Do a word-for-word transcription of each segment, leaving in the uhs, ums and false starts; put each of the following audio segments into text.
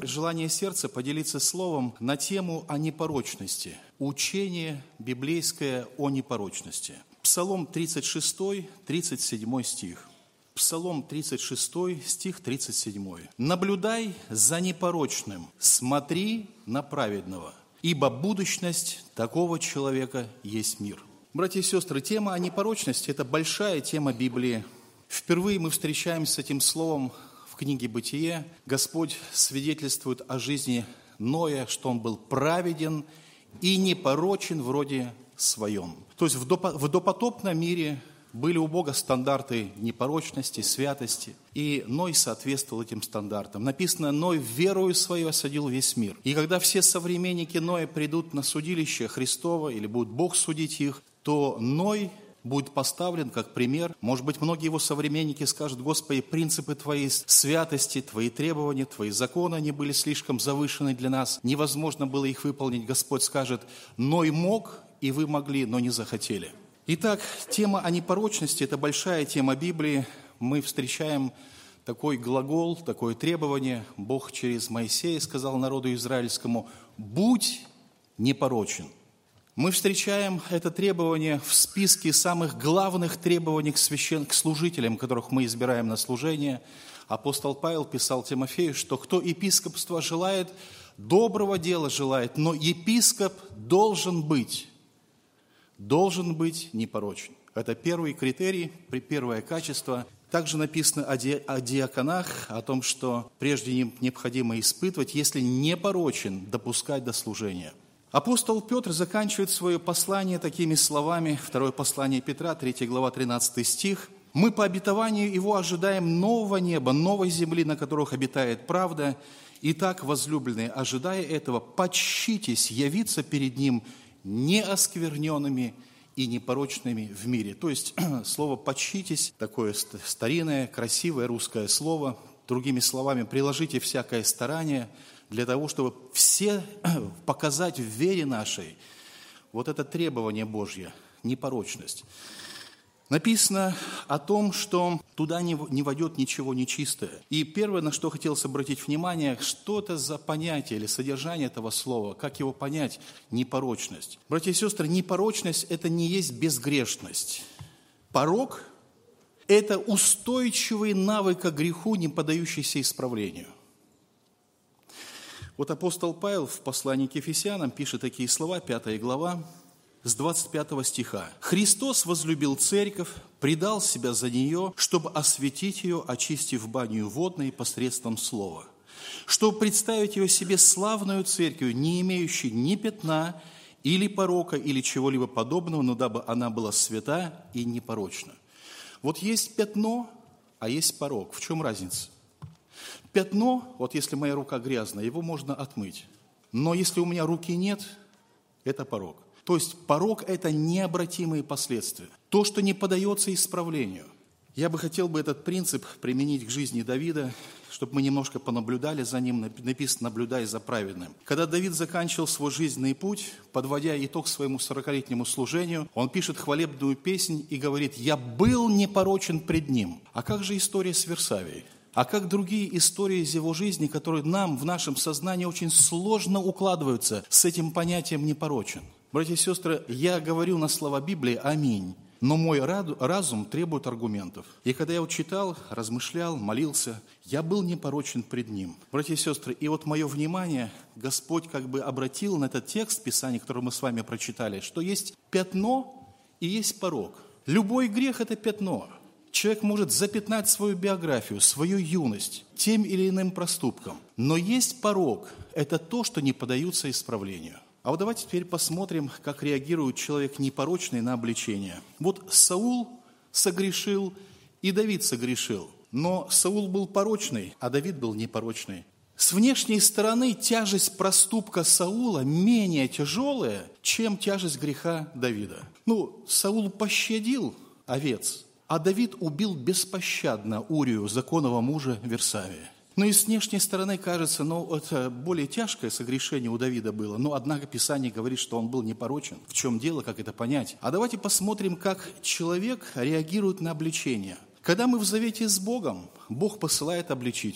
желание сердца поделиться словом на тему о непорочности. Учение библейское о непорочности. Псалом тридцать шесть, тридцать семь стих. Псалом тридцать шесть, стих тридцать семь. «Наблюдай за непорочным, смотри на праведного, ибо будущность такого человека есть мир». Братья и сестры, тема о непорочности – это большая тема Библии. Впервые мы встречаемся с этим словом в книге «Бытие». Господь свидетельствует о жизни Ноя, что он был праведен и непорочен в роде своем. То есть в допотопном мире были у Бога стандарты непорочности, святости, и Ной соответствовал этим стандартам. Написано: «Ной верою свою осадил весь мир». И когда все современники Ноя придут на судилище Христово, или будет Бог судить их, то Ной будет поставлен как пример. Может быть, многие его современники скажут: «Господи, принципы Твоей святости, Твои требования, Твои законы, они были слишком завышены для нас, невозможно было их выполнить». Господь скажет: «Ной мог, и вы могли, но не захотели». Итак, тема о непорочности – это большая тема Библии. Мы встречаем такой глагол, такое требование. Бог через Моисея сказал народу израильскому: «Будь непорочен». Мы встречаем это требование в списке самых главных требований к, священ... к служителям, которых мы избираем на служение. Апостол Павел писал Тимофею, что кто епископство желает, доброго дела желает, но епископ должен быть, должен быть непорочен. Это первый критерий, первое качество. Также написано о, ди... о диаконах, о том, что прежде им необходимо испытывать, если непорочен, допускать до служения. Апостол Петр заканчивает свое послание такими словами, второе послание Петра, третья глава, тринадцатый стих. «Мы по обетованию его ожидаем нового неба, новой земли, на которых обитает правда. Итак, возлюбленные, ожидая этого, почтитесь явиться перед ним неоскверненными и непорочными в мире». То есть слово «почтитесь» такое старинное, красивое русское слово. Другими словами, приложите всякое старание для того, чтобы все показать в вере нашей вот это требование Божье, непорочность. Написано о том, что туда не войдет ничего нечистое. И первое, на что хотелось обратить внимание, что это за понятие или содержание этого слова, как его понять, непорочность. Братья и сестры, непорочность – это не есть безгрешность. Порок – это устойчивый навык к греху, не поддающийся исправлению. Вот апостол Павел в послании к Ефесянам пишет такие слова, пятая глава, с двадцать пятого стиха. «Христос возлюбил церковь, предал себя за нее, чтобы осветить ее, очистив баню водной посредством слова, чтобы представить ее себе славную церковью, не имеющей ни пятна, или порока, или чего-либо подобного, но дабы она была свята и непорочна». Вот есть пятно, а есть порок. В чем разница? Пятно, вот если моя рука грязная, его можно отмыть. Но если у меня руки нет, это порок. То есть порок – это необратимые последствия. То, что не поддается исправлению. Я бы хотел бы этот принцип применить к жизни Давида, чтобы мы немножко понаблюдали за ним. Написано: «Наблюдай за праведным». Когда Давид заканчивал свой жизненный путь, подводя итог своему сорокалетнему служению, он пишет хвалебную песнь и говорит: «Я был непорочен пред ним». А как же история с Версавией? А как другие истории из его жизни, которые нам в нашем сознании очень сложно укладываются с этим понятием «непорочен». Братья и сестры, я говорю на слова Библии «Аминь», но мой разум требует аргументов. И когда я вот читал, размышлял, молился, я был непорочен пред Ним. Братья и сестры, и вот мое внимание Господь как бы обратил на этот текст Писания, который мы с вами прочитали, что есть пятно и есть порок. Любой грех – это пятно. Человек может запятнать свою биографию, свою юность тем или иным проступком. Но есть порок – это то, что не поддается исправлению. А вот давайте теперь посмотрим, как реагирует человек непорочный на обличение. Вот Саул согрешил, и Давид согрешил. Но Саул был порочный, а Давид был непорочный. С внешней стороны тяжесть проступка Саула менее тяжелая, чем тяжесть греха Давида. Ну, Саул пощадил овец, а Давид убил беспощадно Урию, законного мужа Версавия. Ну и с внешней стороны кажется, ну, это более тяжкое согрешение у Давида было, но однако Писание говорит, что он был непорочен. В чем дело, как это понять? А давайте посмотрим, как человек реагирует на обличение. Когда мы в завете с Богом, Бог посылает обличителя.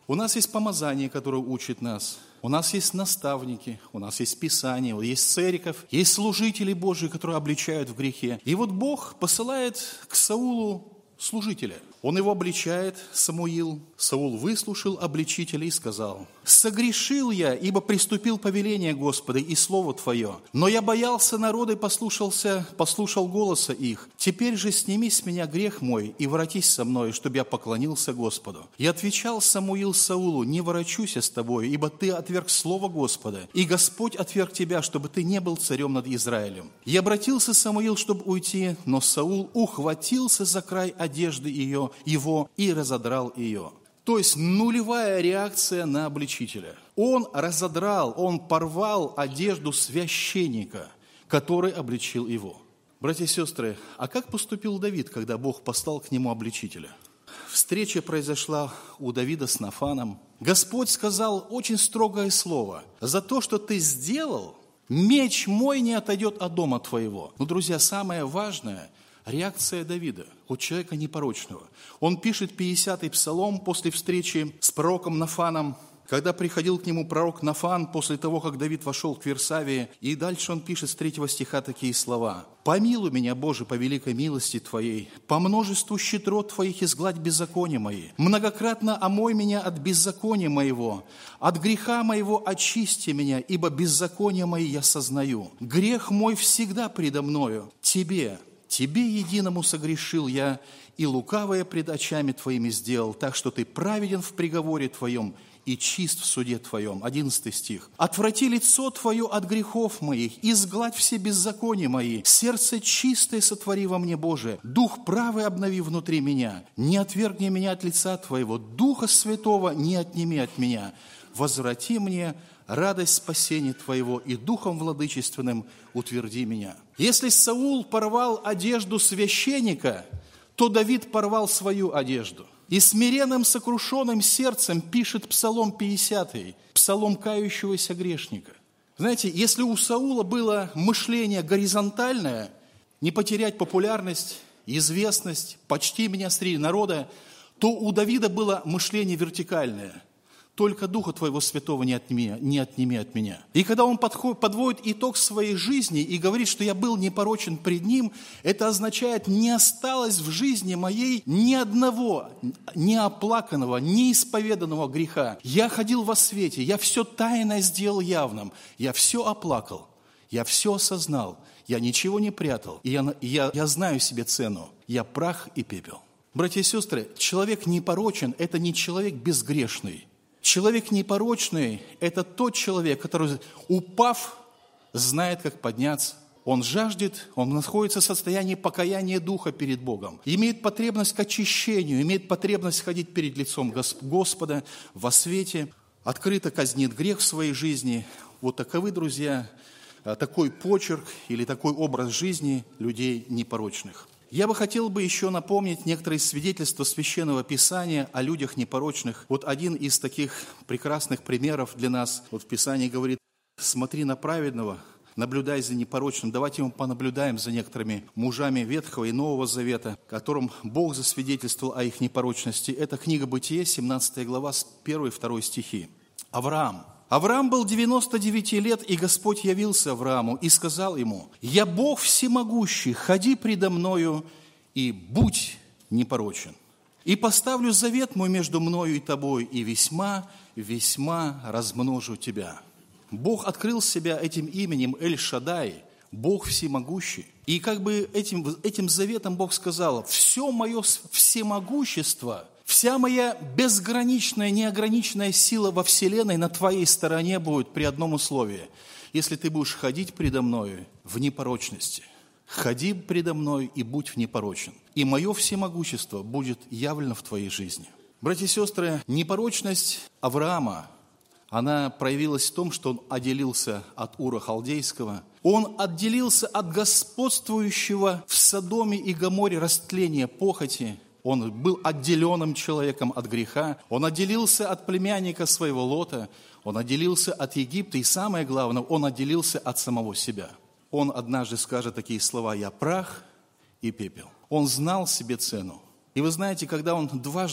У нас есть помазание, которое учит нас. У нас есть наставники, у нас есть Писание, есть церковь, есть служители Божьи, которые обличают в грехе. И вот Бог посылает к Саулу служителя. Он его обличает, Самуил. Саул выслушал обличителя и сказал: «Согрешил я, ибо приступил повеление Господа и слово Твое. Но я боялся народа и послушался, послушал голоса их. Теперь же сними с меня грех мой и воротись со мной, чтобы я поклонился Господу». И отвечал Самуил Саулу: «Не ворочусь я с тобой, ибо ты отверг слово Господа, и Господь отверг тебя, чтобы ты не был царем над Израилем». И обратился Самуил, чтобы уйти, но Саул ухватился за край одежды ее, его и разодрал ее. То есть нулевая реакция на обличителя. Он разодрал, он порвал одежду священника, который обличил его. Братья и сестры, а как поступил Давид, когда Бог послал к нему обличителя? Встреча произошла у Давида с Нафаном. Господь сказал очень строгое слово: «За то, что ты сделал, меч мой не отойдет от дома твоего». Ну, друзья, самое важное – реакция Давида, у человека непорочного. Он пишет пятидесятый псалом после встречи с пророком Нафаном, когда приходил к нему пророк Нафан после того, как Давид вошел к Версавии. И дальше он пишет с третьего стиха такие слова: «Помилуй меня, Боже, по великой милости Твоей, по множеству щедрот Твоих изгладь беззакония мои, многократно омой меня от беззакония моего, от греха моего очисти меня, ибо беззакония мои я сознаю. Грех мой всегда предо мною, Тебе, Тебе единому согрешил я, и лукавое пред очами Твоими сделал, так что Ты праведен в приговоре Твоем и чист в суде Твоем». Одиннадцатый стих. «Отврати лицо Твое от грехов моих, изгладь все беззакония мои. Сердце чистое сотвори во мне, Боже. Дух правый обнови внутри меня. Не отвергни меня от лица Твоего. Духа Святого не отними от меня. Возврати мне радость спасения Твоего, и духом владычественным утверди меня». Если Саул порвал одежду священника, то Давид порвал свою одежду. И смиренным сокрушенным сердцем пишет Псалом пятидесятый, псалом кающегося грешника. Знаете, если у Саула было мышление горизонтальное, не потерять популярность, известность, почти меня среди народа, то у Давида было мышление вертикальное. Только Духа Твоего Святого не отними, не отними от меня. И когда он подходит, подводит итог своей жизни и говорит, что я был непорочен пред Ним, это означает, не осталось в жизни моей ни одного неоплаканного, неисповеданного греха. Я ходил во свете, я все тайно сделал явным, я все оплакал, я все осознал, я ничего не прятал, и я, я, я знаю себе цену, я прах и пепел. Братья и сестры, человек непорочен – это не человек безгрешный. Человек непорочный – это тот человек, который, упав, знает, как подняться. Он жаждет, он находится в состоянии покаяния духа перед Богом. Имеет потребность к очищению, имеет потребность ходить перед лицом Господа во свете. Открыто казнит грех в своей жизни. Вот таковы, друзья, такой почерк или такой образ жизни людей непорочных. Я бы хотел бы еще напомнить некоторые свидетельства Священного Писания о людях непорочных. Вот один из таких прекрасных примеров для нас. Вот в Писании говорит: «Смотри на праведного, наблюдай за непорочным». Давайте мы понаблюдаем за некоторыми мужами Ветхого и Нового Завета, которым Бог засвидетельствовал о их непорочности. Это книга Бытие, семнадцатая глава, с первого и второго стихи. Авраам. Авраам был девяносто девяти лет, и Господь явился Аврааму и сказал ему: «Я Бог всемогущий, ходи предо мною и будь непорочен. И поставлю завет мой между мною и тобой, и весьма, весьма размножу тебя». Бог открыл себя этим именем Эль-Шаддай, Бог всемогущий. И как бы этим, этим заветом Бог сказал: «Все мое всемогущество, вся моя безграничная, неограниченная сила во вселенной на твоей стороне будет при одном условии: если ты будешь ходить предо мною в непорочности. Ходи предо мной и будь в непорочен. И мое всемогущество будет явлено в твоей жизни». Братья и сестры, непорочность Авраама, она проявилась в том, что он отделился от Ура Халдейского. Он отделился от господствующего в Содоме и Гоморе растления похоти. Он был отделенным человеком от греха. Он отделился от племянника своего Лота. Он отделился от Египта. И самое главное, он отделился от самого себя. Он однажды скажет такие слова: «Я прах и пепел». Он знал себе цену. И вы знаете, когда он дважды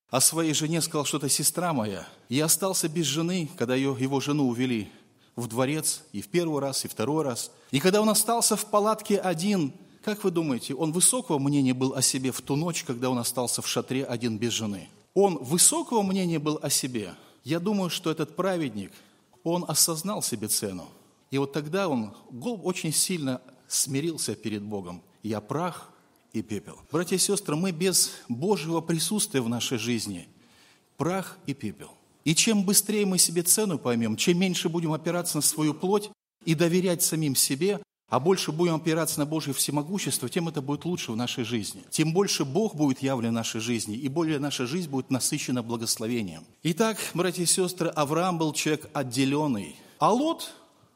о своей жене сказал, что это сестра моя. И остался без жены, когда ее, его жену увели в дворец и в первый раз, и второй раз. И когда он остался в палатке один, как вы думаете, он высокого мнения был о себе в ту ночь, когда он остался в шатре один без жены? Он высокого мнения был о себе? Я думаю, что этот праведник, он осознал себе цену. И вот тогда он очень сильно смирился перед Богом. «Я прах и пепел». Братья и сестры, мы без Божьего присутствия в нашей жизни прах и пепел. И чем быстрее мы себе цену поймем, чем меньше будем опираться на свою плоть и доверять самим себе, а больше будем опираться на Божье всемогущество, тем это будет лучше в нашей жизни. Тем больше Бог будет явлен в нашей жизни, и более наша жизнь будет насыщена благословением. Итак, братья и сестры, Авраам был человек отделенный, а Лот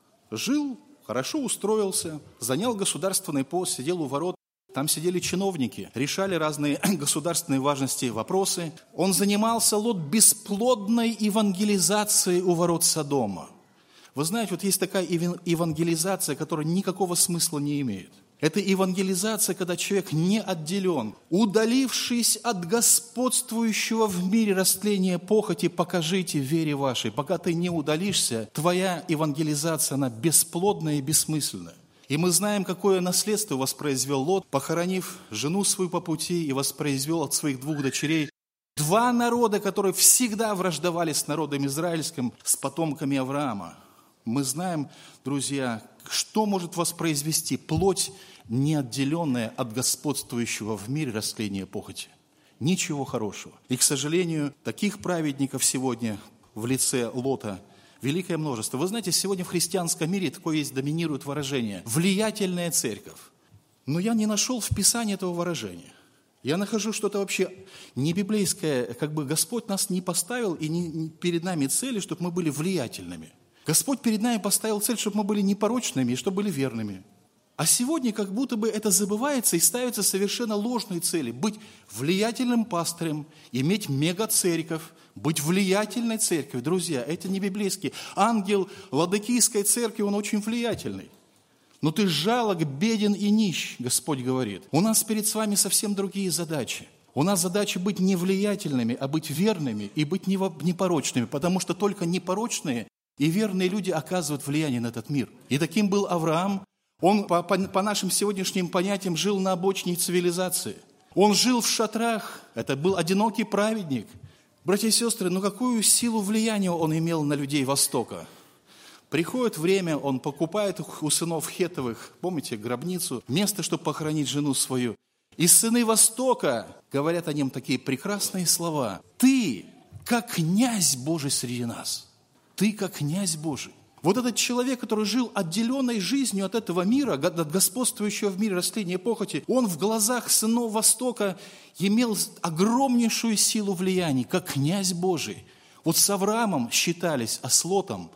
жил, хорошо устроился, занял государственный пост, сидел у ворот. Там сидели чиновники, решали разные государственные важности вопросы. Он занимался, Лот, бесплодной евангелизацией у ворот Содома. Вы знаете, вот есть такая евангелизация, которая никакого смысла не имеет. Это евангелизация, когда человек не отделен, удалившись от господствующего в мире растления похоти, покажите в вере вашей. Пока ты не удалишься, твоя евангелизация, она бесплодная и бессмысленная. И мы знаем, какое наследство воспроизвел Лот, похоронив жену свою по пути и воспроизвел от своих двух дочерей два народа, которые всегда враждовали с народом израильским, с потомками Авраама. Мы знаем, друзья, что может воспроизвести плоть, неотделенная от господствующего в мире растления похоти. Ничего хорошего. И, к сожалению, таких праведников сегодня в лице Лота великое множество. Вы знаете, сегодня в христианском мире такое есть, доминирует выражение «влиятельная церковь». Но я не нашел в Писании этого выражения. Я нахожу что-то вообще не библейское, как бы Господь нас не поставил и не, не перед нами цели, чтобы мы были влиятельными. Господь перед нами поставил цель, чтобы мы были непорочными и чтобы были верными. А сегодня как будто бы это забывается и ставятся совершенно ложные цели. Быть влиятельным пастырем, иметь мега-церковь, быть влиятельной церковью. Друзья, это не библейский. Ангел Ладокийской церкви, он очень влиятельный. Но ты жалок, беден и нищ, Господь говорит. У нас перед с вами совсем другие задачи. У нас задача быть не влиятельными, а быть верными и быть непорочными, потому что только непорочные и верные люди оказывают влияние на этот мир. И таким был Авраам. Он, по, по, по нашим сегодняшним понятиям, жил на обочине цивилизации. Он жил в шатрах. Это был одинокий праведник. Братья и сестры, ну какую силу влияния он имел на людей Востока? Приходит время, он покупает у сынов Хеттовых, помните, гробницу, место, чтобы похоронить жену свою. И сыны Востока говорят о нем такие прекрасные слова. «Ты, как князь Божий среди нас». Ты, как князь Божий. Вот этот человек, который жил отделенной жизнью от этого мира, от господствующего в мире растления похоти, он в глазах сынов Востока имел огромнейшую силу влияния, как князь Божий. Вот с Авраамом считались, а с Лотом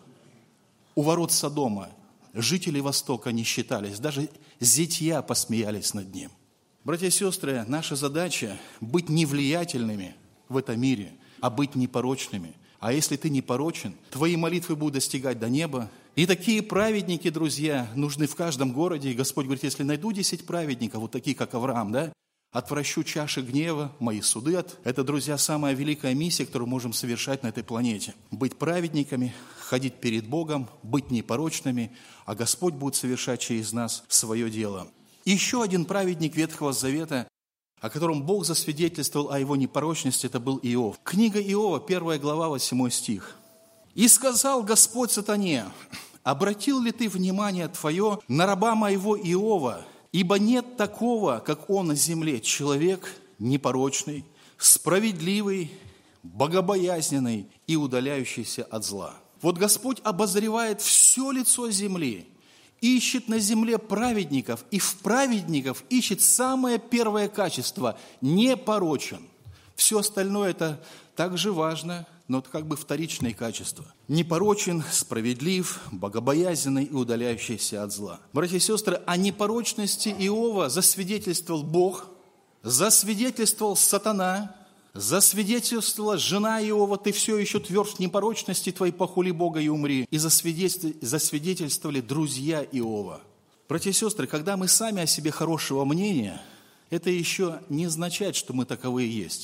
у ворот Содома жители Востока не считались, даже зятья посмеялись над ним. Братья и сестры, наша задача быть не влиятельными в этом мире, а быть непорочными. А если ты непорочен, твои молитвы будут достигать до неба. И такие праведники, друзья, нужны в каждом городе. И Господь говорит, если найду десять праведников, вот такие, как Авраам, да, отвращу чаши гнева, мои суды от. Это, друзья, самая великая миссия, которую можем совершать на этой планете. Быть праведниками, ходить перед Богом, быть непорочными, а Господь будет совершать через нас свое дело. И еще один праведник Ветхого Завета, о котором Бог засвидетельствовал о его непорочности, это был Иов. Книга Иова, первая глава, восьмой стих. «И сказал Господь сатане, обратил ли ты внимание твое на раба моего Иова, ибо нет такого, как он на земле, человек непорочный, справедливый, богобоязненный и удаляющийся от зла». Вот Господь обозревает все лицо земли, ищет на земле праведников, и в праведников ищет самое первое качество – непорочен. Все остальное – это также важно, но это как бы вторичные качества. Непорочен, справедлив, богобоязненный и удаляющийся от зла. Братья и сестры, о непорочности Иова засвидетельствовал Бог, засвидетельствовал сатана, засвидетельствовала жена Иова, ты все еще тверд в непорочности твоей, похули Бога и умри. И засвидетельствовали друзья Иова. Братья и сестры, когда мы сами о себе хорошего мнения, это еще не означает, что мы таковые есть.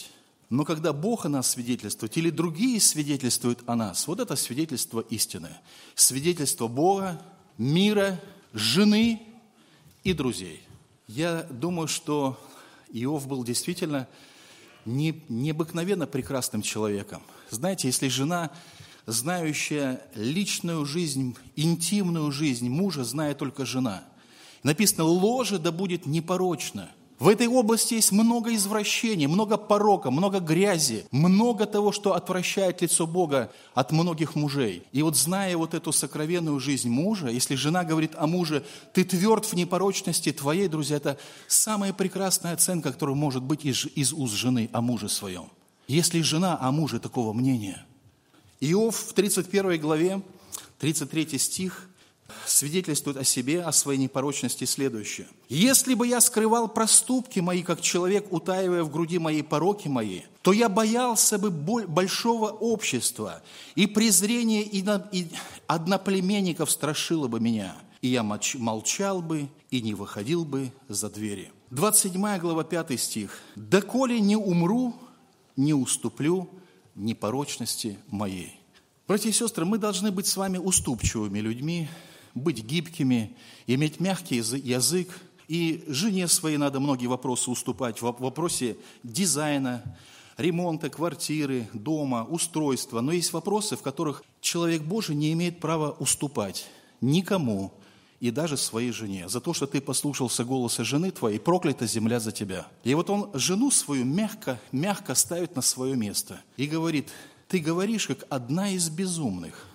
Но когда Бог о нас свидетельствует, или другие свидетельствуют о нас, вот это свидетельство истины. Свидетельство Бога, мира, жены и друзей. Я думаю, что Иов был действительно не, необыкновенно прекрасным человеком. Знаете, если жена, знающая личную жизнь, интимную жизнь мужа, знает только жена. Написано, ложе да будет непорочно. В этой области есть много извращений, много порока, много грязи, много того, что отвращает лицо Бога от многих мужей. И вот зная вот эту сокровенную жизнь мужа, если жена говорит о муже, ты тверд в непорочности твоей, друзья, это самая прекрасная оценка, которая может быть из, из уст жены о муже своем. Если жена о муже такого мнения. Иов в тридцать первой главе, тридцать третий стих, свидетельствует о себе, о своей непорочности следующее. «Если бы я скрывал проступки мои, как человек, утаивая в груди мои пороки мои, то я боялся бы большого общества, и презрение и одноплеменников страшило бы меня, и я молчал бы и не выходил бы за двери». двадцать седьмая глава, пятый стих. «Доколе не умру, не уступлю непорочности моей». Братья и сестры, мы должны быть с вами уступчивыми людьми, быть гибкими, иметь мягкий язык. И жене своей надо многие вопросы уступать в вопросе дизайна, ремонта квартиры, дома, устройства. Но есть вопросы, в которых человек Божий не имеет права уступать никому, и даже своей жене. За то, что ты послушался голоса жены твоей, проклята земля за тебя. И вот он жену свою мягко, мягко ставит на свое место и говорит, ты говоришь, как одна из безумных.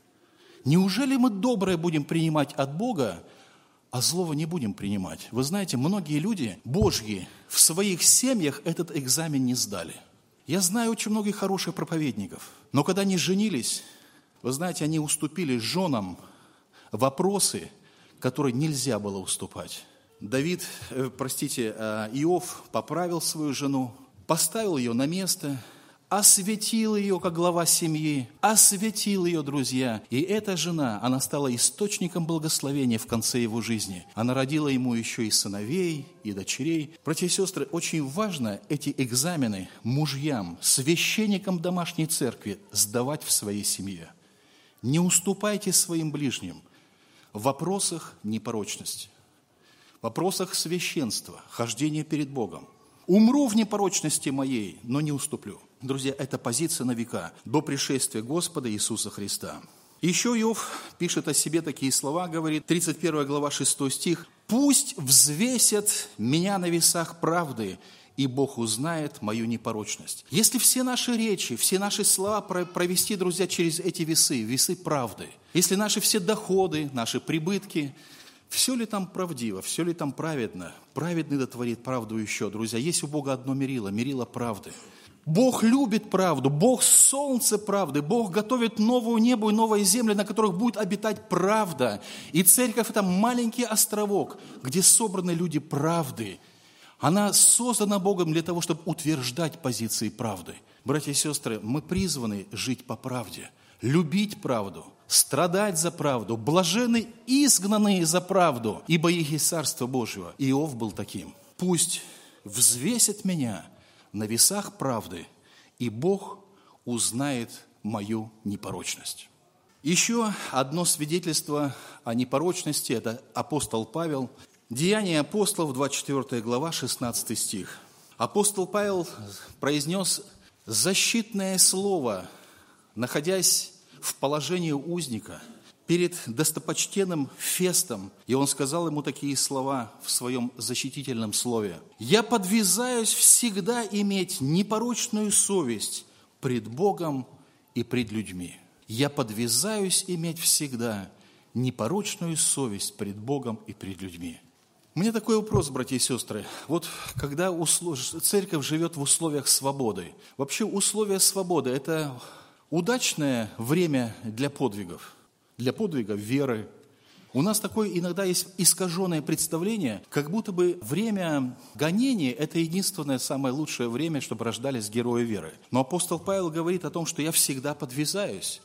Неужели мы доброе будем принимать от Бога, а злого не будем принимать? Вы знаете, многие люди Божьи в своих семьях этот экзамен не сдали. Я знаю очень многих хороших проповедников, но когда они женились, вы знаете, они уступили женам вопросы, которые нельзя было уступать. Давид, э, простите, э, Иов поправил свою жену, поставил ее на место, осветил ее как глава семьи, осветил ее, друзья. И эта жена, она стала источником благословения в конце его жизни. Она родила ему еще и сыновей, и дочерей. Братья и сестры, очень важно эти экзамены мужьям, священникам домашней церкви сдавать в своей семье. Не уступайте своим ближним в вопросах непорочности, в вопросах священства, хождения перед Богом. Умру в непорочности моей, но не уступлю. Друзья, это позиция на века, до пришествия Господа Иисуса Христа. Еще Иов пишет о себе такие слова, говорит, тридцать первая глава, шестой стих. «Пусть взвесят меня на весах правды, и Бог узнает мою непорочность». Если все наши речи, все наши слова провести, друзья, через эти весы, весы правды, если наши все доходы, наши прибытки, все ли там правдиво, все ли там праведно? Праведный да творит правду еще, друзья. Есть у Бога одно мерило, мерило правды. Бог любит правду, Бог солнце правды, Бог готовит новую небо и новые земли, на которых будет обитать правда. И церковь – это маленький островок, где собраны люди правды. Она создана Богом для того, чтобы утверждать позиции правды. Братья и сестры, мы призваны жить по правде, любить правду, страдать за правду, блаженны изгнанные за правду, ибо их есть Царство Божьего. Иов был таким. «Пусть взвесят меня на весах правды, и Бог узнает мою непорочность». Еще одно свидетельство о непорочности – это апостол Павел. Деяния апостолов, двадцать четвёртая глава, шестнадцатый стих. Апостол Павел произнес защитное слово, находясь в положении узника перед достопочтенным Фестом, и он сказал ему такие слова в своем защитительном слове. «Я подвязаюсь всегда иметь непорочную совесть пред Богом и пред людьми». Я подвязаюсь иметь всегда непорочную совесть пред Богом и пред людьми. У меня такой вопрос, братья и сестры. Вот когда церковь живет в условиях свободы, вообще условия свободы – это удачное время для подвигов, для подвигов веры. У нас такое иногда есть искаженное представление, как будто бы время гонения – это единственное самое лучшее время, чтобы рождались герои веры. Но апостол Павел говорит о том, что я всегда подвязаюсь.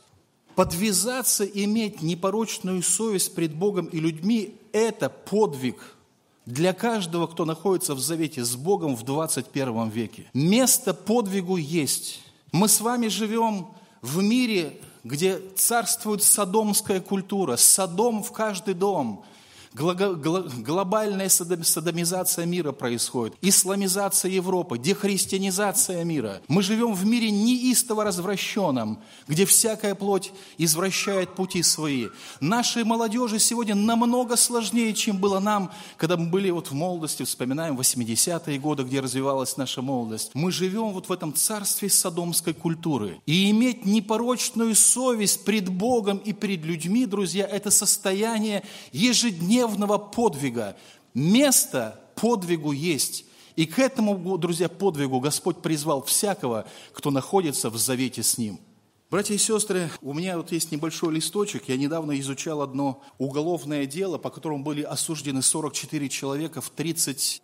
Подвязаться, иметь непорочную совесть пред Богом и людьми – это подвиг для каждого, кто находится в завете с Богом в двадцать первом веке. Место подвигу есть. Мы с вами живем в мире, где царствует содомская культура, Содом в каждый дом. Глобальная содомизация мира происходит, исламизация Европы, дехристианизация мира. Мы живем в мире неистово развращенном, где всякая плоть извращает пути свои. Нашей молодежи сегодня намного сложнее, чем было нам, когда мы были вот в молодости, вспоминаем восьмидесятые годы, где развивалась наша молодость. Мы живем вот в этом царстве содомской культуры. И иметь непорочную совесть пред Богом и пред людьми, друзья, это состояние ежедневного подвига. Место подвигу есть. И к этому, друзья, подвигу Господь призвал всякого, кто находится в завете с Ним. Братья и сестры, у меня вот есть небольшой листочек. Я недавно изучал одно уголовное дело, по которому были осуждены сорок четыре человека в тридцать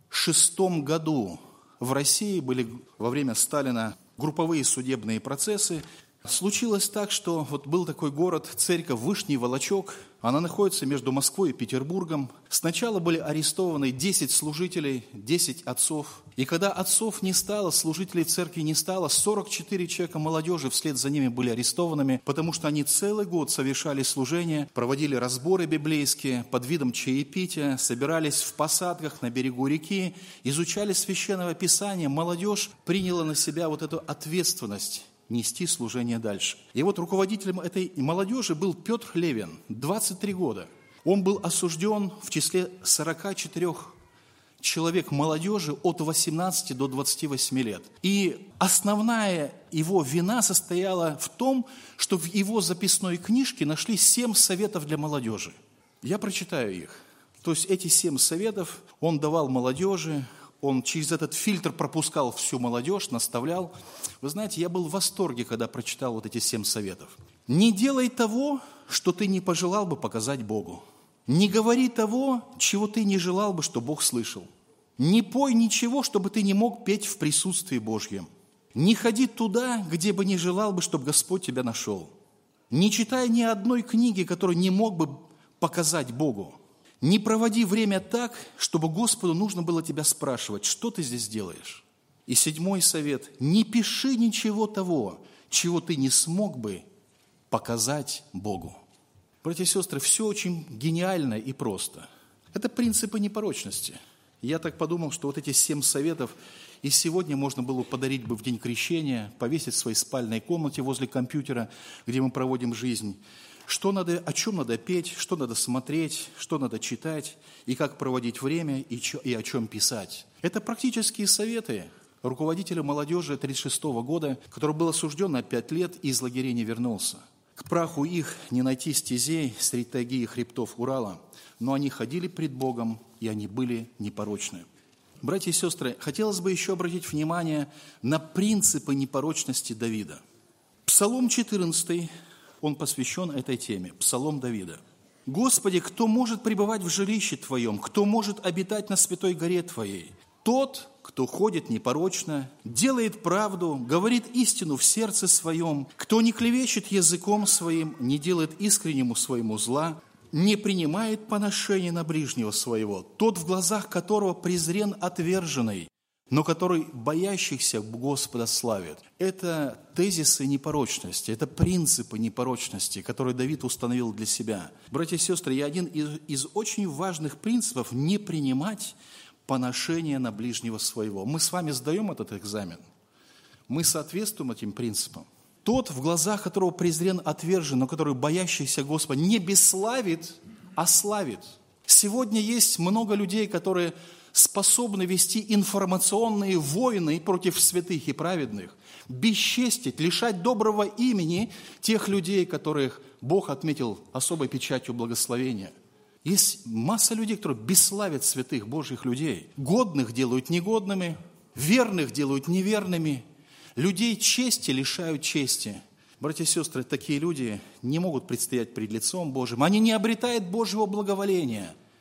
шестом году. В России были во время Сталина групповые судебные процессы. Случилось так, что вот был такой город, церковь Вышний Волочок. Она находится между Москвой и Петербургом. Сначала были арестованы десять служителей, десять отцов. И когда отцов не стало, служителей церкви не стало, сорок четыре человека молодежи вслед за ними были арестованы, потому что они целый год совершали служение, проводили разборы библейские под видом чаепития, собирались в посадках на берегу реки, изучали Священное Писание. Молодежь приняла на себя вот эту ответственность нести служение дальше. И вот руководителем этой молодежи был Петр Левин, двадцать три года. Он был осужден в числе сорока четырёх человек молодежи от восемнадцати до двадцати восьми лет. И основная его вина состояла в том, что в его записной книжке нашли семь советов для молодежи. Я прочитаю их. То есть эти семь советов он давал молодежи. Он через этот фильтр пропускал всю молодежь, наставлял. Вы знаете, я был в восторге, когда прочитал вот эти семь советов. Не делай того, что ты не пожелал бы показать Богу. Не говори того, чего ты не желал бы, что Бог слышал. Не пой ничего, чтобы ты не мог петь в присутствии Божьем. Не ходи туда, где бы не желал бы, чтобы Господь тебя нашел. Не читай ни одной книги, которую не мог бы показать Богу. Не проводи время так, чтобы Господу нужно было тебя спрашивать, что ты здесь делаешь. И седьмой совет. Не пиши ничего того, чего ты не смог бы показать Богу. Братья и сестры, все очень гениально и просто. Это принципы непорочности. Я так подумал, что вот эти семь советов и сегодня можно было подарить бы в день крещения, повесить в своей спальной комнате возле компьютера, где мы проводим жизнь. Что надо, о чем надо петь, что надо смотреть, что надо читать, и как проводить время, и, чё, и о чем писать. Это практические советы руководителя молодежи тридцать шестого года, который был осужден на пять лет и из лагерей не вернулся. К праху их не найти стезей среди тайги и хребтов Урала, но они ходили пред Богом, и они были непорочны. Братья и сестры, хотелось бы еще обратить внимание на принципы непорочности Давида. Псалом четырнадцатый. Он посвящен этой теме. Псалом Давида. «Господи, кто может пребывать в жилище Твоем? Кто может обитать на святой горе Твоей? Тот, кто ходит непорочно, делает правду, говорит истину в сердце своем, кто не клевещет языком своим, не делает искреннему своему зла, не принимает поношения на ближнего своего, тот, в глазах которого презрен отверженный, но который боящихся Господа славит». Это тезисы непорочности, это принципы непорочности, которые Давид установил для себя. Братья и сестры, и один из, из очень важных принципов – не принимать поношения на ближнего своего. Мы с вами сдаем этот экзамен. Мы соответствуем этим принципам. Тот, в глазах которого презрен отвержен, но который боящийся Господа не бесславит, а славит. Сегодня есть много людей, которые способны вести информационные войны против святых и праведных, бесчестить, лишать доброго имени тех людей, которых Бог отметил особой печатью благословения. Есть масса людей, которые бесславят святых Божьих людей. Годных делают негодными, верных делают неверными, людей чести лишают чести. Братья и сестры, такие люди не могут предстоять пред лицом Божьим. Они не обретают Божьего благоволения.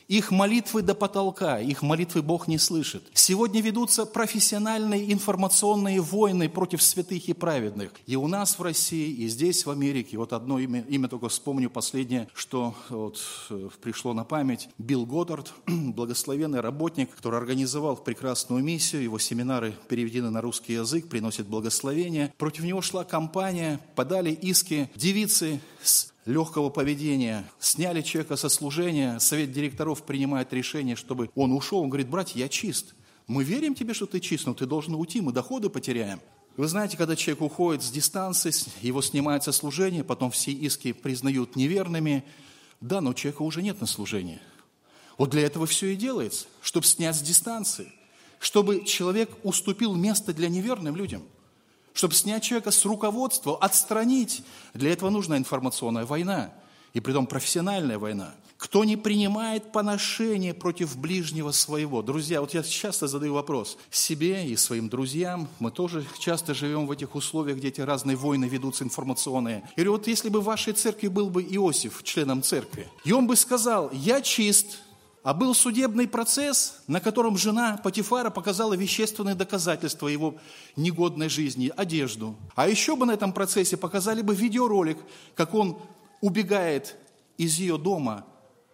Их молитвы до потолка, их молитвы Бог не слышит. Сегодня ведутся профессиональные информационные войны против святых и праведных. И у нас в России, и здесь в Америке. Вот одно имя, имя только вспомню последнее, что вот пришло на память. Билл Годдард, благословенный работник, который организовал прекрасную миссию. Его семинары переведены на русский язык, приносят благословение. Против него шла кампания, подали иски девицы с легкого поведения, сняли человека со служения, совет директоров принимает решение, чтобы он ушел. Он говорит: братья, я чист. Мы верим тебе, что ты чист, но ты должен уйти, мы доходы потеряем. Вы знаете, когда человек уходит с дистанции, его снимают со служения, потом все иски признают неверными, да, но человека уже нет на служении. Вот для этого все и делается, чтобы снять с дистанции, чтобы человек уступил место для неверным людям. Чтобы снять человека с руководства, отстранить. Для этого нужна информационная война. И притом профессиональная война. Кто не принимает поношение против ближнего своего? Друзья, вот я часто задаю вопрос себе и своим друзьям. Мы тоже часто живем в этих условиях, где эти разные войны ведутся информационные. Я говорю, вот если бы в вашей церкви был бы Иосиф, членом церкви, и он бы сказал: я чист. А был судебный процесс, на котором жена Потифара показала вещественные доказательства его негодной жизни, одежду. А еще бы на этом процессе показали бы видеоролик, как он убегает из ее дома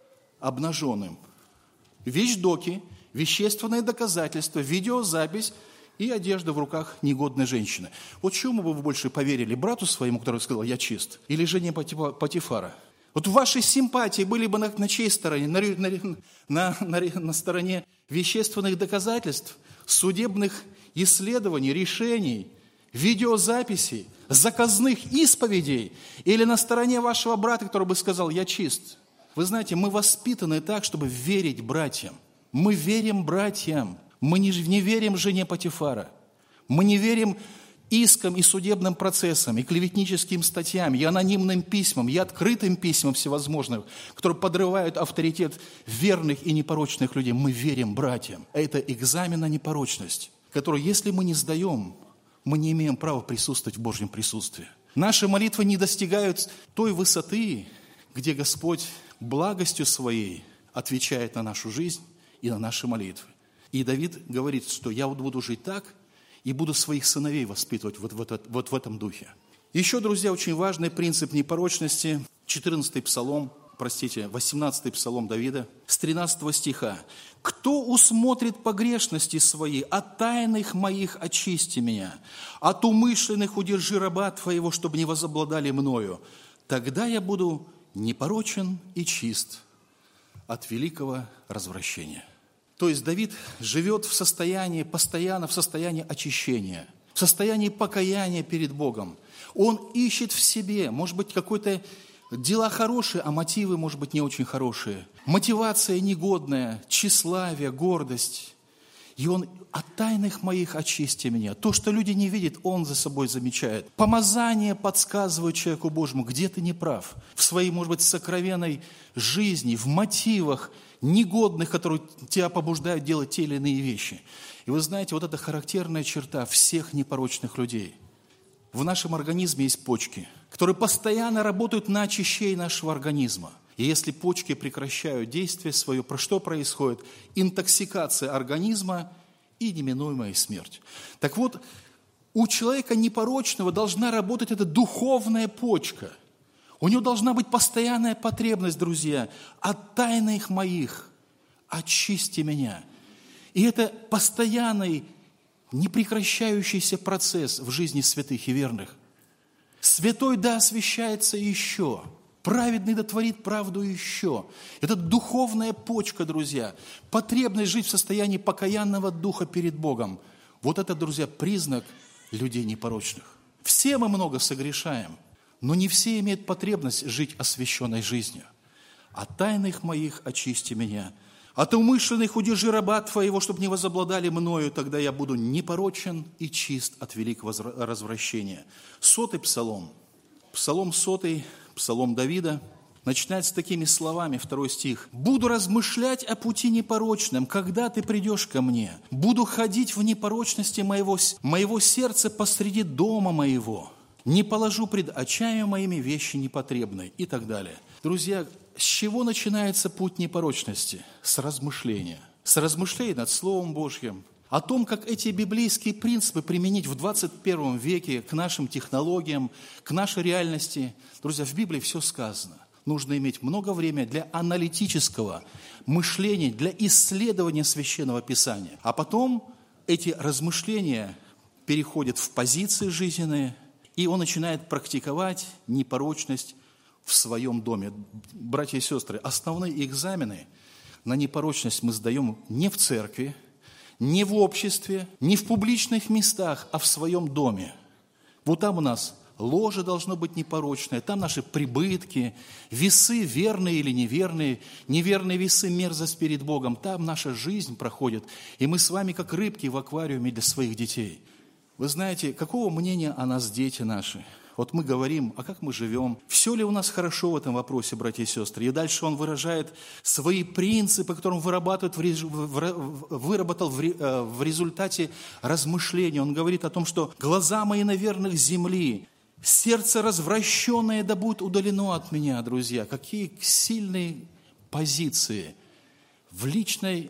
обнаженным. Вещдоки, вещественные доказательства, видеозапись и одежда в руках негодной женщины. Вот чему бы вы больше поверили? Брату своему, который сказал: я чист, или жене Потифара? Вот ваши симпатии были бы на, на чьей стороне? На, на, на, на стороне вещественных доказательств, судебных исследований, решений, видеозаписей, заказных исповедей? Или на стороне вашего брата, который бы сказал: я чист? Вы знаете, мы воспитаны так, чтобы верить братьям. Мы верим братьям. Мы не, не верим жене Потифара. Мы не верим искам и судебным процессам, и клеветническим статьям, и анонимным письмам, и открытым письмам всевозможным, которые подрывают авторитет верных и непорочных людей. Мы верим братьям. Это экзамен на непорочность, который, если мы не сдаем, мы не имеем права присутствовать в Божьем присутствии. Наши молитвы не достигают той высоты, где Господь благостью Своей отвечает на нашу жизнь и на наши молитвы. И Давид говорит, что я вот буду жить так, и буду своих сыновей воспитывать вот, вот, вот в этом духе. Еще, друзья, очень важный принцип непорочности. четырнадцатый псалом, простите, восемнадцатый псалом Давида, с тринадцатого стиха. «Кто усмотрит погрешности свои, от тайных моих очисти меня, от умышленных удержи раба твоего, чтобы не возобладали мною. Тогда я буду непорочен и чист от великого развращения». То есть Давид живет в состоянии, постоянно в состоянии очищения, в состоянии покаяния перед Богом. Он ищет в себе, может быть, какие-то дела хорошие, а мотивы, может быть, не очень хорошие. Мотивация негодная, тщеславие, гордость. И он: от тайных моих очисти меня. То, что люди не видят, он за собой замечает. Помазание подсказывает человеку Божьему, где ты не прав. В своей, может быть, сокровенной жизни, в мотивах негодных, которые тебя побуждают делать те или иные вещи. И вы знаете, вот это характерная черта всех непорочных людей. В нашем организме есть почки, которые постоянно работают на очищение нашего организма. И если почки прекращают действие свое, про что происходит? Интоксикация организма и неминуемая смерть. Так вот, у человека непорочного должна работать эта духовная почка. У него должна быть постоянная потребность, друзья, от тайных моих очисти меня. И это постоянный, непрекращающийся процесс в жизни святых и верных. Святой да освящается еще, праведный да творит правду еще. Это духовная почка, друзья, потребность жить в состоянии покаянного духа перед Богом. Вот это, друзья, признак людей непорочных. Все мы много согрешаем. Но не все имеют потребность жить освященной жизнью. От тайных моих очисти меня, от умышленных удержи раба твоего, чтобы не возобладали мною, тогда я буду непорочен и чист от великого развращения. Сотый псалом, псалом сотый, псалом Давида, начинается с такими словами, второй стих. «Буду размышлять о пути непорочном, когда ты придешь ко мне. Буду ходить в непорочности моего, моего сердца посреди дома моего. Не положу пред очами моими вещи непотребные» и так далее. Друзья, с чего начинается путь непорочности? С размышления. С размышления над Словом Божьим. О том, как эти библейские принципы применить в двадцать первом веке к нашим технологиям, к нашей реальности. Друзья, в Библии все сказано. Нужно иметь много времени для аналитического мышления, для исследования Священного Писания. А потом эти размышления переходят в позиции жизненные, и он начинает практиковать непорочность в своем доме. Братья и сестры, основные экзамены на непорочность мы сдаем не в церкви, не в обществе, не в публичных местах, а в своем доме. Вот там у нас ложе должно быть непорочное, там наши прибытки, весы верные или неверные, неверные весы мерзость перед Богом, там наша жизнь проходит, и мы с вами как рыбки в аквариуме для своих детей. Вы знаете, какого мнения о нас дети наши? Вот мы говорим, а как мы живем? Все ли у нас хорошо в этом вопросе, братья и сестры? И дальше он выражает свои принципы, которые он вырабатывает в, выработал в, в результате размышления. Он говорит о том, что глаза мои на верных земли, сердце развращенное да будет удалено от меня, друзья. Какие сильные позиции в личной,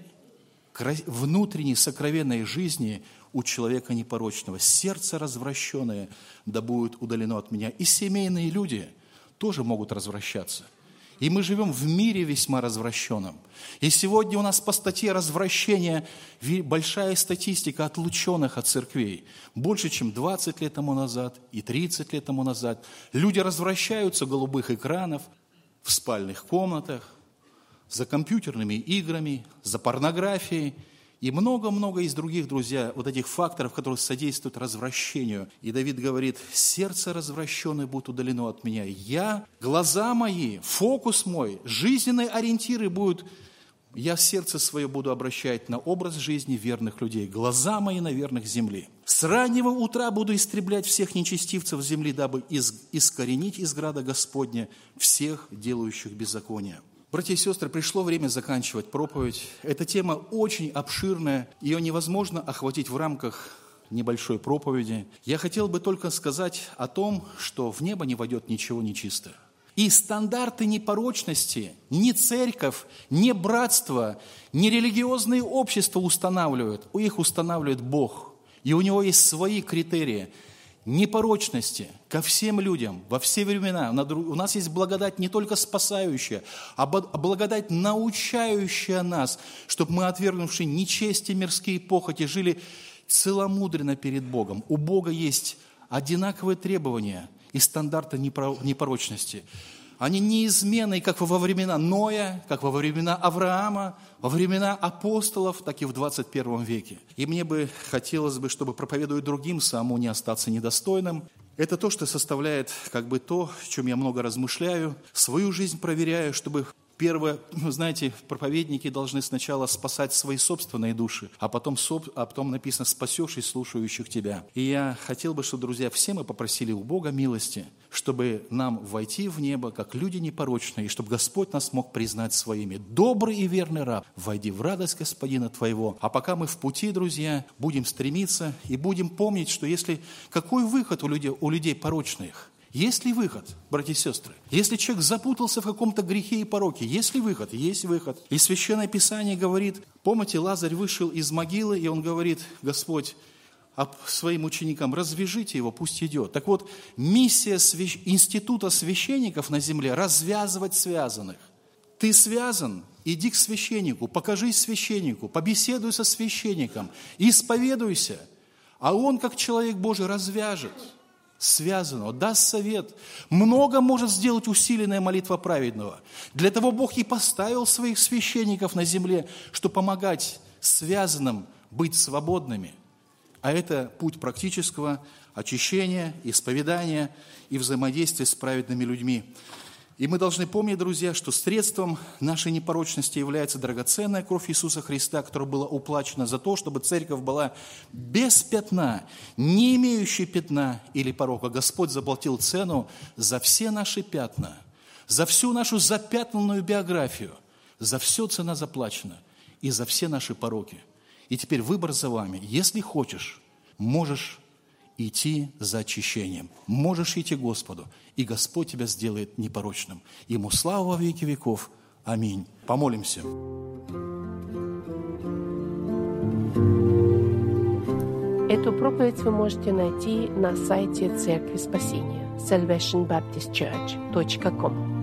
внутренней, сокровенной жизни у человека непорочного. Сердце развращенное да будет удалено от меня. И семейные люди тоже могут развращаться. И мы живем в мире весьма развращенном. И сегодня у нас по статье развращения большая статистика отлученных от церквей. Больше, чем двадцать лет тому назад и тридцать лет тому назад. Люди развращаются в голубых экранах, в спальных комнатах, за компьютерными играми, за порнографией. И много-много из других, друзья, вот этих факторов, которые содействуют развращению. И Давид говорит, сердце развращенное будет удалено от меня. Я, глаза мои, фокус мой, жизненные ориентиры будут, я сердце свое буду обращать на образ жизни верных людей. Глаза мои на верных земли. С раннего утра буду истреблять всех нечестивцев земли, дабы искоренить из града Господня всех делающих беззаконие. Братья и сестры, пришло время заканчивать проповедь. Эта тема очень обширная, ее невозможно охватить в рамках небольшой проповеди. Я хотел бы только сказать о том, что в небо не войдет ничего нечистое. И стандарты непорочности ни церковь, ни братство, ни религиозные общества устанавливают. Их устанавливает Бог. И у Него есть свои критерии непорочности ко всем людям, во все времена. У нас есть благодать не только спасающая, а благодать, научающая нас, чтобы мы, отвергнувши нечести мирские похоти, жили целомудренно перед Богом. У Бога есть одинаковые требования и стандарты непорочности. Они неизменны как во времена Ноя, как во времена Авраама, во времена апостолов, так и в двадцать первом веке. И мне бы хотелось бы, чтобы, проповедуя другим, самому не остаться недостойным. Это то, что составляет как бы то, о чем я много размышляю, свою жизнь проверяю, чтобы... Первое, знаете, проповедники должны сначала спасать свои собственные души, а потом, а потом написано «спасешь и слушающих тебя». И я хотел бы, чтобы, друзья, все мы попросили у Бога милости, чтобы нам войти в небо, как люди непорочные, и чтобы Господь нас мог признать своими. Добрый и верный раб, войди в радость Господина твоего. А пока мы в пути, друзья, будем стремиться и будем помнить, что если... Какой выход у людей, у людей порочных? Есть ли выход, братья и сестры? Если человек запутался в каком-то грехе и пороке, есть ли выход? Есть выход. И Священное Писание говорит, помните, Лазарь вышел из могилы, и он говорит, Господь, своим ученикам, развяжите его, пусть идет. Так вот, миссия свящ... института священников на земле – развязывать связанных. Ты связан, иди к священнику, покажись священнику, побеседуй со священником, исповедуйся, а он, как человек Божий, развяжет связанного, даст совет. Много может сделать усиленная молитва праведного. Для того Бог и поставил своих священников на земле, чтобы помогать связанным быть свободными. А это путь практического очищения, исповедания и взаимодействия с праведными людьми. И мы должны помнить, друзья, что средством нашей непорочности является драгоценная кровь Иисуса Христа, которая была уплачена за то, чтобы церковь была без пятна, не имеющей пятна или порока. Господь заплатил цену за все наши пятна, за всю нашу запятнанную биографию. За все цена заплачена и за все наши пороки. И теперь выбор за вами. Если хочешь, можешь идти за очищением. Можешь идти к Господу, и Господь тебя сделает непорочным. Ему слава во веки веков. Аминь. Помолимся. Эту проповедь вы можете найти на сайте Церкви Спасения salvation baptist church точка com.